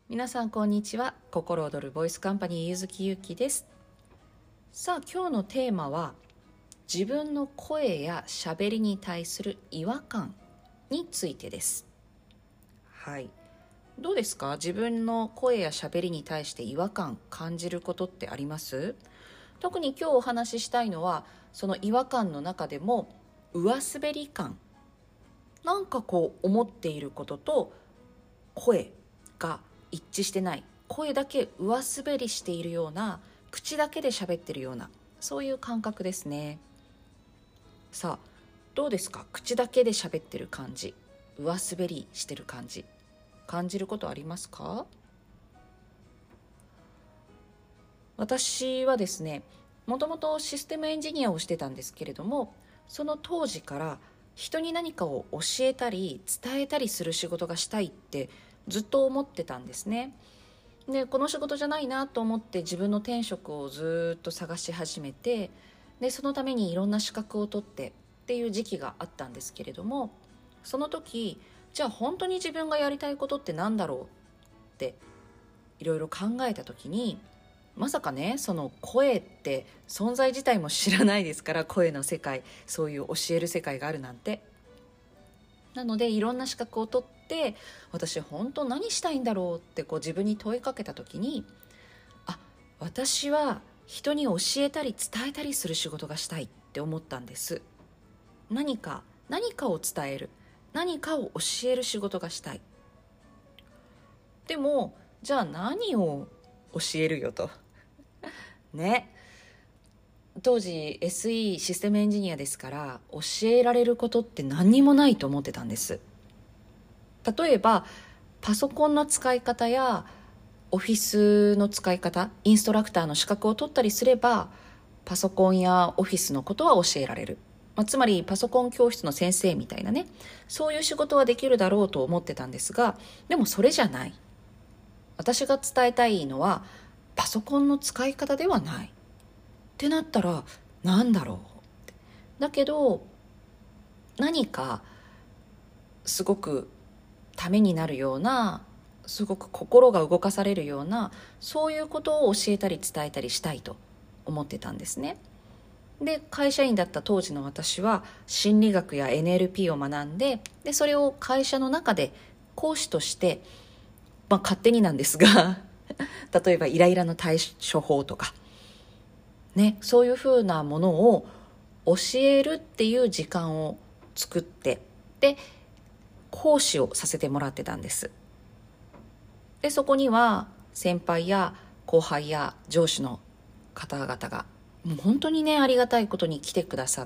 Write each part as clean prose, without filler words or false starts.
皆さんこんにちは。心躍るボイスカンパニーゆずきゆきです。さあ、今日のテーマは自分の声や喋りに対する違和感についてです。はい、どうですか？自分の声や喋りに対して違和感感じることってあります？特に今日お話ししたいのは、その違和感の中でも上滑り感、なんか思っていることと声が一致してない、声だけ上滑りしているような、口だけで喋ってるような、そういう感覚ですね。さあ、どうですか？口だけで喋ってる感じ、上滑りしてる感じ、感じることありますか？私はですね、もともとシステムエンジニアをしてたんですけれども、その当時から人に何かを教えたり伝えたりする仕事がしたいってずっと思ってたんですね。で、この仕事じゃないなと思って自分の転職をずっと探し始めて、でそのためにいろんな資格を取ってっていう時期があったんですけれども、その時、じゃあ本当に自分がやりたいことって何だろうっていろいろ考えた時に、まさかね、その声って存在自体も知らないですから、声の世界、そういう教える世界があるなんて。なのでいろんな資格を取って、私本当何したいんだろうって自分に問いかけた時に、私は人に教えたり伝えたりする仕事がしたいって思ったんです。何かを伝える、何かを教える仕事がしたい。でもじゃあ何を教えるよとね。当時 SE システムエンジニアですから、教えられることって何にもないと思ってたんです。例えばパソコンの使い方やオフィスの使い方、インストラクターの資格を取ったりすれば、パソコンやオフィスのことは教えられる、つまりパソコン教室の先生みたいなね、そういう仕事はできるだろうと思ってたんですが、でもそれじゃない。私が伝えたいのはパソコンの使い方ではないってなったら、なんだろう。だけど何かすごくためになるような、すごく心が動かされるような、そういうことを教えたり伝えたりしたいと思ってたんですね。で、会社員だった当時の私は心理学や NLP を学んで、それを会社の中で講師として、勝手になんですが例えばイライラの対処法とかね、そういうふうなものを教えるっていう時間を作って、で講師をさせてもらってたんです。でそこには先輩や後輩や上司の方々がもう本当にね、ありがたいことに来てくださって、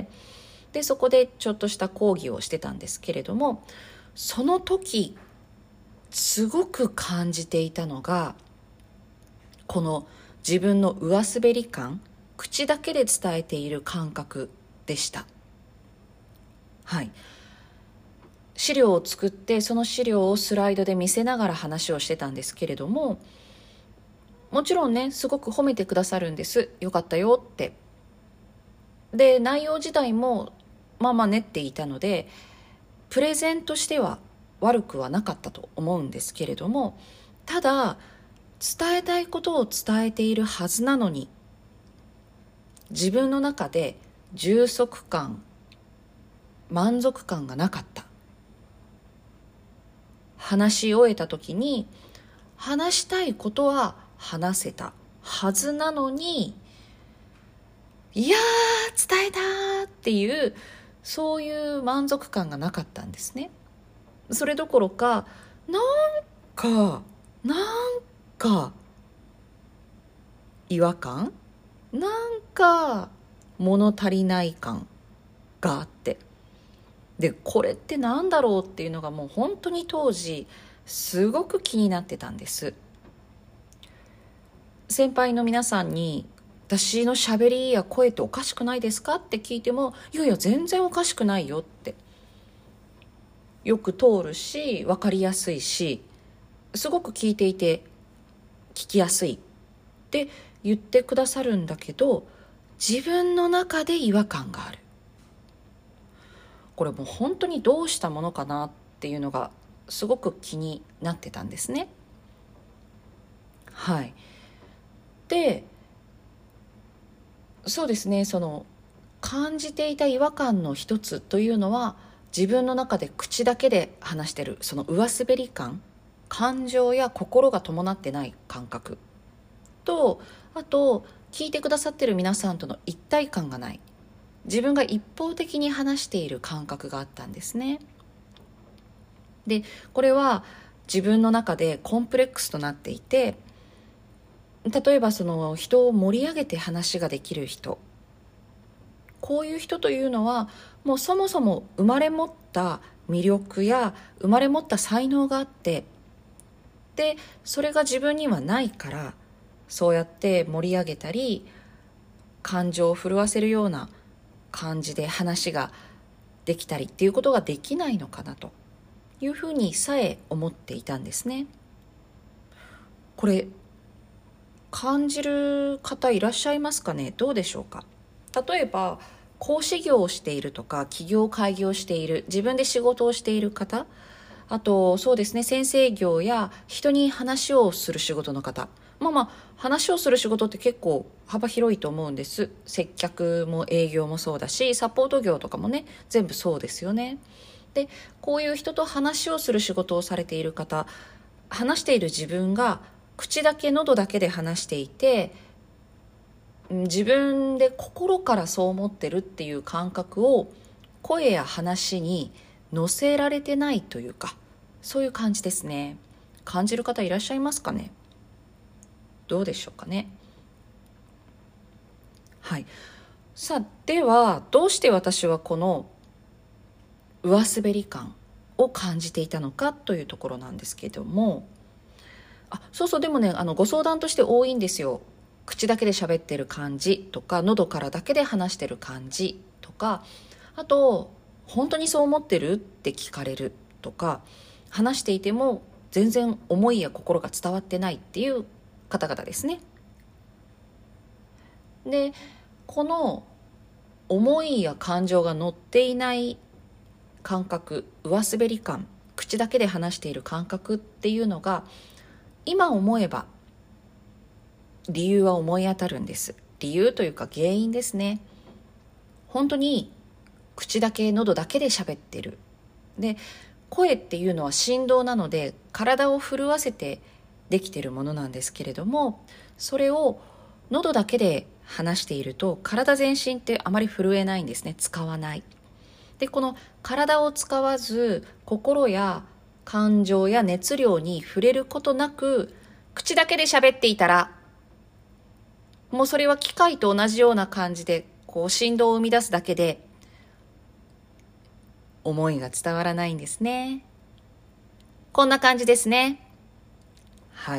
でそこでちょっとした講義をしてたんですけれども、その時すごく感じていたのが、この自分の上滑り感、口だけで伝えている感覚でした。はい、資料を作って、その資料をスライドで見せながら話をしてたんですけれども、もちろんね、すごく褒めてくださるんです。よかったよって。で内容自体もまあまあねっていたので、プレゼンとしては悪くはなかったと思うんですけれども、ただ伝えたいことを伝えているはずなのに、自分の中で充足感、満足感がなかった。話し終えた時に、話したいことは話せたはずなのに、いやー伝えたーっていう、そういう満足感がなかったんですね。それどころか、かなんか違和感、なんか物足りない感があって、でこれってなんだろうっていうのが、もう本当に当時すごく気になってたんです。先輩の皆さんに、私の喋りや声っておかしくないですかって聞いても、いやいや全然おかしくないよって、よく通るし分かりやすいし、すごく聞いていて聞きやすいって言ってくださるんだけど、自分の中で違和感がある。これもう本当にどうしたものかなっていうのがすごく気になってたんですね。 はい。で、そうですね、その感じていた違和感の一つというのは、自分の中で口だけで話してるその上滑り感、感情や心が伴ってない感覚と、あと聞いてくださってる皆さんとの一体感がない、自分が一方的に話している感覚があったんですね。でこれは自分の中でコンプレックスとなっていて、例えばその人を盛り上げて話ができる人、こういう人というのはもうそもそも生まれ持った魅力や生まれ持った才能があって、でそれが自分にはないから、そうやって盛り上げたり感情を震わせるような感じで話ができたりっていうことができないのかなというふうにさえ思っていたんですね。これ感じる方いらっしゃいますかね。どうでしょうか。例えば講師業をしているとか企業開業している、自分で仕事をしている方、あとそうですね、先生業や人に話をする仕事の方、話をする仕事って結構幅広いと思うんです。接客も営業もそうだし、サポート業とかもね、全部そうですよね。でこういう人と話をする仕事をされている方、話している自分が口だけ喉だけで話していて、自分で心からそう思ってるっていう感覚を声や話に乗せられてないというか、そういう感じですね。感じる方いらっしゃいますかね。どうでしょうかね。はい。さあではどうして私はこの上滑り感を感じていたのかというところなんですけども、そうそう、でもね、ご相談として多いんですよ。口だけで喋ってる感じとか、喉からだけで話してる感じとか、あと本当にそう思ってるって聞かれるとか、話していても全然思いや心が伝わってないっていう方々ですね。でこの思いや感情が乗っていない感覚、上滑り感、口だけで話している感覚っていうのが、今思えば理由は思い当たるんです。理由というか原因ですね。本当に口だけ喉だけで喋ってる。で声っていうのは振動なので体を震わせてできているものなんですけれども、それを喉だけで話していると体全身ってあまり震えないんですね。使わない。でこの体を使わず心や感情や熱量に触れることなく口だけで喋っていたら、もうそれは機械と同じような感じでこう振動を生み出すだけで思いが伝わらないんですね。こんな感じですね。はい。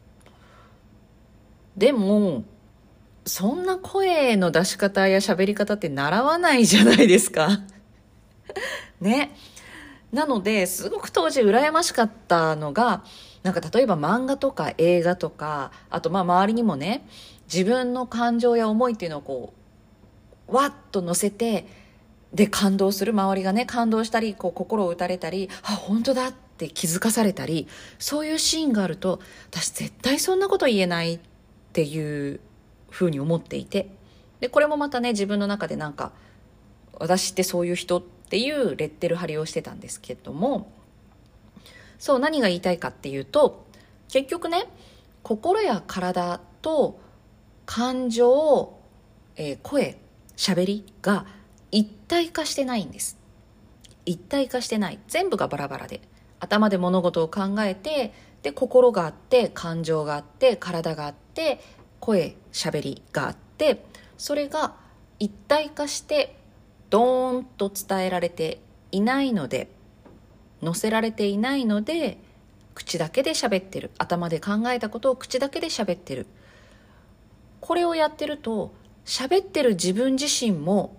でもそんな声の出し方や喋り方って習わないじゃないですかね。なのですごく当時羨ましかったのが、なんか例えば漫画とか映画とか、あと周りにもね、自分の感情や思いっていうのをこうわっと乗せて、で感動する、周りがね感動したり、こう心を打たれたり、本当だって気づかされたり、そういうシーンがあると、私絶対そんなこと言えないっていうふうに思っていて、でこれもまたね、自分の中でなんか私ってそういう人っていうレッテル貼りをしてたんですけども、そう、何が言いたいかっていうと、結局ね、心や体と感情、声、喋りが一体化してないんです。一体化してない。全部がバラバラで、頭で物事を考えて、で心があって感情があって体があって声、喋りがあって、それが一体化してドーンと伝えられていないので、載せられていないので、口だけで喋ってる、頭で考えたことを口だけで喋ってる。これをやってると、喋ってる自分自身も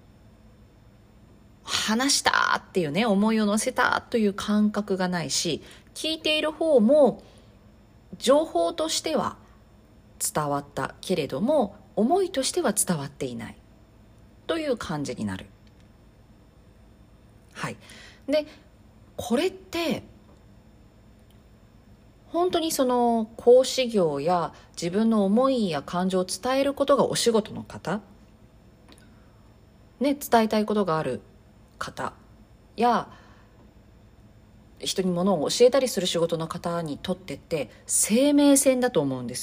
話したっていうね、思いを乗せたという感覚がないし、聞いている方も情報としては伝わったけれども思いとしては伝わっていないという感じになる。はい。でこれって本当にその講師業や自分の思いや感情を伝えることがお仕事の方、ね、伝えたいことがある方や人にものを教えたりする仕事の方にとってって生命線だと思うんです。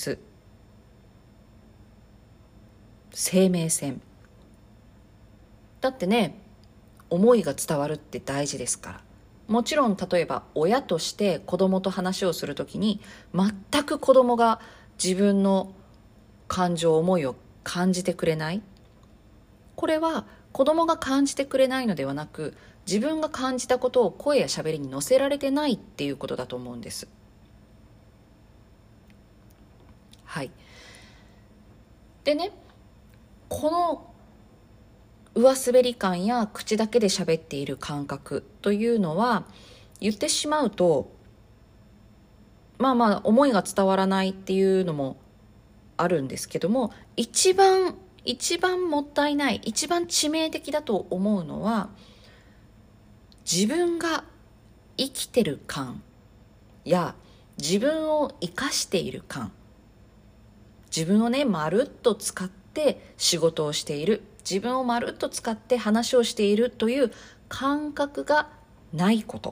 生命線だってね、思いが伝わるって大事ですから。もちろん例えば親として子供と話をするときに全く子供が自分の感情思いを感じてくれない、これは子供が感じてくれないのではなく、自分が感じたことを声やしゃべりに乗せられてないっていうことだと思うんです。はい。でね、この上滑り感や口だけで喋っている感覚というのは、言ってしまうと思いが伝わらないっていうのもあるんですけども、一番もったいない、一番致命的だと思うのは、自分が生きてる感や自分を生かしている感、自分をねまるっと使って仕事をしている、自分をまるっと使って話をしているという感覚がないこと。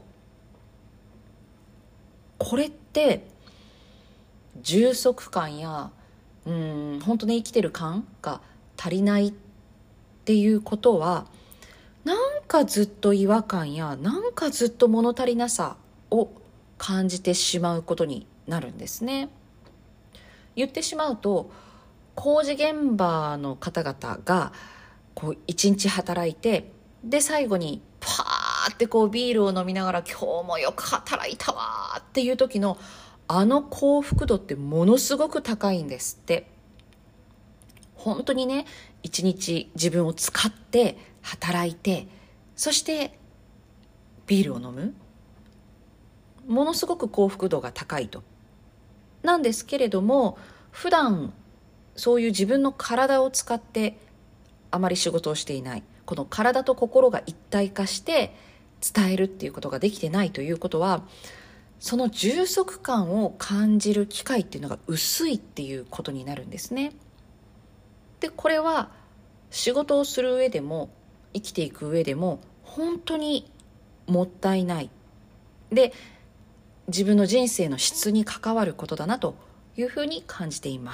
これって充足感や本当に生きてる感が足りないっていうことは、なんかずっと違和感やなんかずっと物足りなさを感じてしまうことになるんですね。言ってしまうと、工事現場の方々がこう一日働いて、で最後にパーってこうビールを飲みながら今日もよく働いたわっていう時のあの幸福度ってものすごく高いんですって。本当にね、一日自分を使って働いて、そしてビールを飲む、ものすごく幸福度が高いと。なんですけれども、普段そういう自分の体を使ってあまり仕事をしていない、この体と心が一体化して伝えるっていうことができてないということは、その充足感を感じる機会っていうのが薄いっていうことになるんですね。でこれは仕事をする上でも生きていく上でも本当にもったいないで、自分の人生の質に関わることだなというふうに感じています。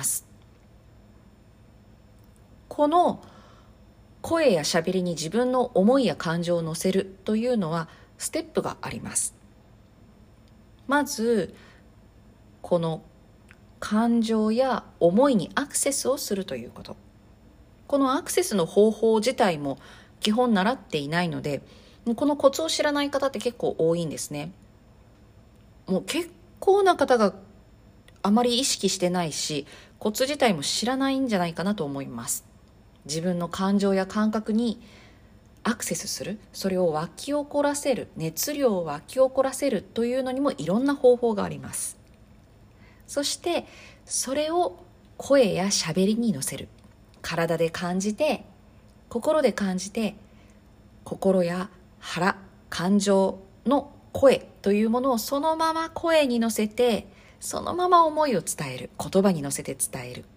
この声やしゃべりに自分の思いや感情を乗せるというのはステップがあります。まずこの感情や思いにアクセスをするということ。このアクセスの方法自体も基本習っていないので、このコツを知らない方って結構多いんですね。もう結構な方があまり意識してないし、コツ自体も知らないんじゃないかなと思います。自分の感情や感覚にアクセスする、それを湧き起こらせる、熱量を湧き起こらせるというのにもいろんな方法があります。そしてそれを声やしゃべりに乗せる。体で感じて、心で感じて、心や腹、感情の声というものをそのまま声に乗せて、そのまま思いを伝える、言葉に乗せて伝える。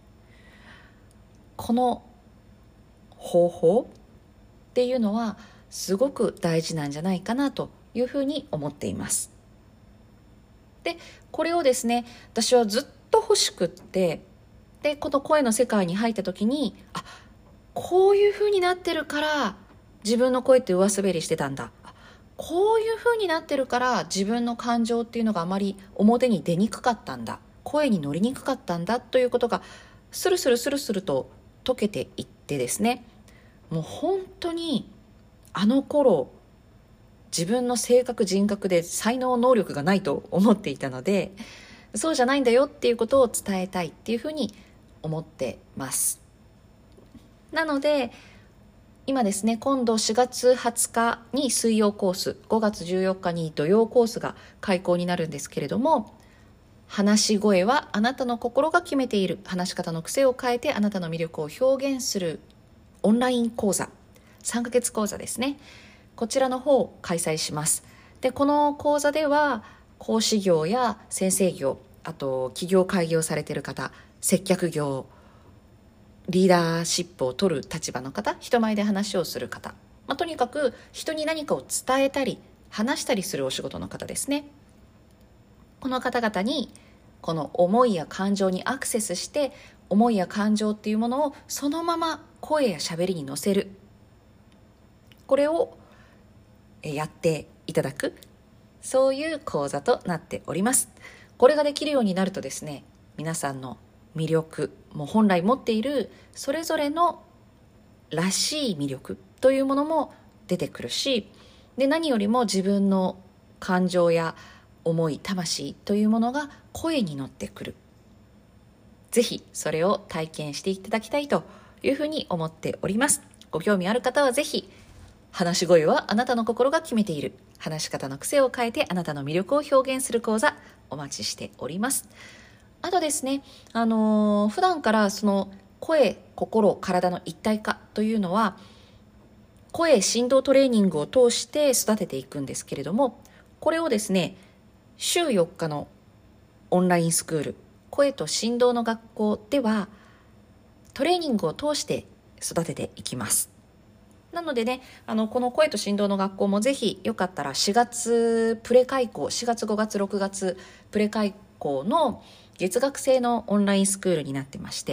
この方法っていうのはすごく大事なんじゃないかなというふうに思っています。でこれをですね、私はずっと欲しくって、でこの声の世界に入った時に、こういう風になってるから自分の声って上滑りしてたんだ、こういう風になってるから自分の感情っていうのがあまり表に出にくかったんだ、声に乗りにくかったんだということがスルスルスルスルと解けていってですね、もう本当にあの頃自分の性格人格で才能能力がないと思っていたので、そうじゃないんだよっていうことを伝えたいっていうふうに思ってます。なので今ですね、今度4月20日に水曜コース、5月14日に土曜コースが開講になるんですけれども、話し声はあなたの心が決めている、話し方の癖を変えてあなたの魅力を表現するオンライン講座、3ヶ月講座ですね、こちらの方を開催します。でこの講座では講師業や先生業、あと企業開業されている方、接客業、リーダーシップを取る立場の方、人前で話をする方、とにかく人に何かを伝えたり話したりするお仕事の方ですね。この方々にこの思いや感情にアクセスして、思いや感情っていうものをそのまま声や喋りに乗せる、これをやっていただく、そういう講座となっております。これができるようになるとですね、皆さんの魅力、もう本来持っているそれぞれのらしい魅力というものも出てくるし、で何よりも自分の感情や思い、魂というものが声に乗ってくる。ぜひそれを体験していただきたいというふうに思っております。ご興味ある方はぜひ、話し声はあなたの心が決めている、話し方の癖を変えてあなたの魅力を表現する講座、お待ちしております。あとですね、普段からその声、心、体の一体化というのは、声振動トレーニングを通して育てていくんですけれども、これをですね、週4日のオンラインスクール、声と振動の学校ではトレーニングを通して育てていきます。なのでね、この声と振動の学校もぜひよかったら4月プレ開講、4月5月6月プレ開講の月額制のオンラインスクールになってまして、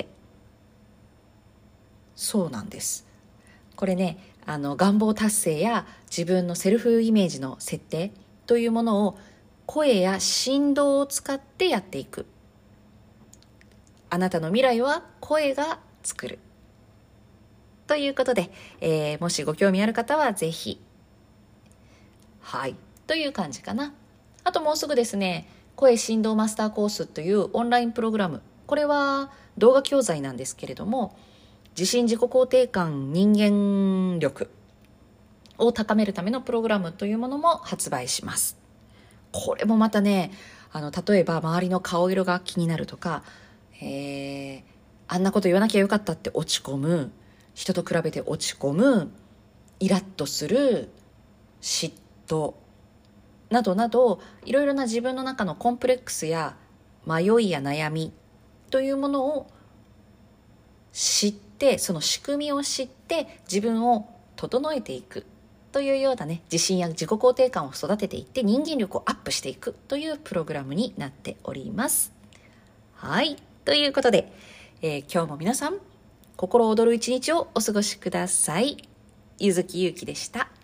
そうなんです。これね、願望達成や自分のセルフイメージの設定というものを声や振動を使ってやっていく。あなたの未来は声が作る。ということで、もしご興味ある方はぜひ。はい。という感じかな。あともうすぐですね、声振動マスターコースというオンラインプログラム。これは動画教材なんですけれども、自信自己肯定感、人間力を高めるためのプログラムというものも発売します。これもまたね、例えば周りの顔色が気になるとか、あんなこと言わなきゃよかったって落ち込む、人と比べて落ち込む、イラッとする、嫉妬などなど、いろいろな自分の中のコンプレックスや迷いや悩みというものを知って、その仕組みを知って自分を整えていくというようなね、自信や自己肯定感を育てていって人間力をアップしていくというプログラムになっております。はい、ということで、今日も皆さん心躍る一日をお過ごしください。ゆずきゆうきでした。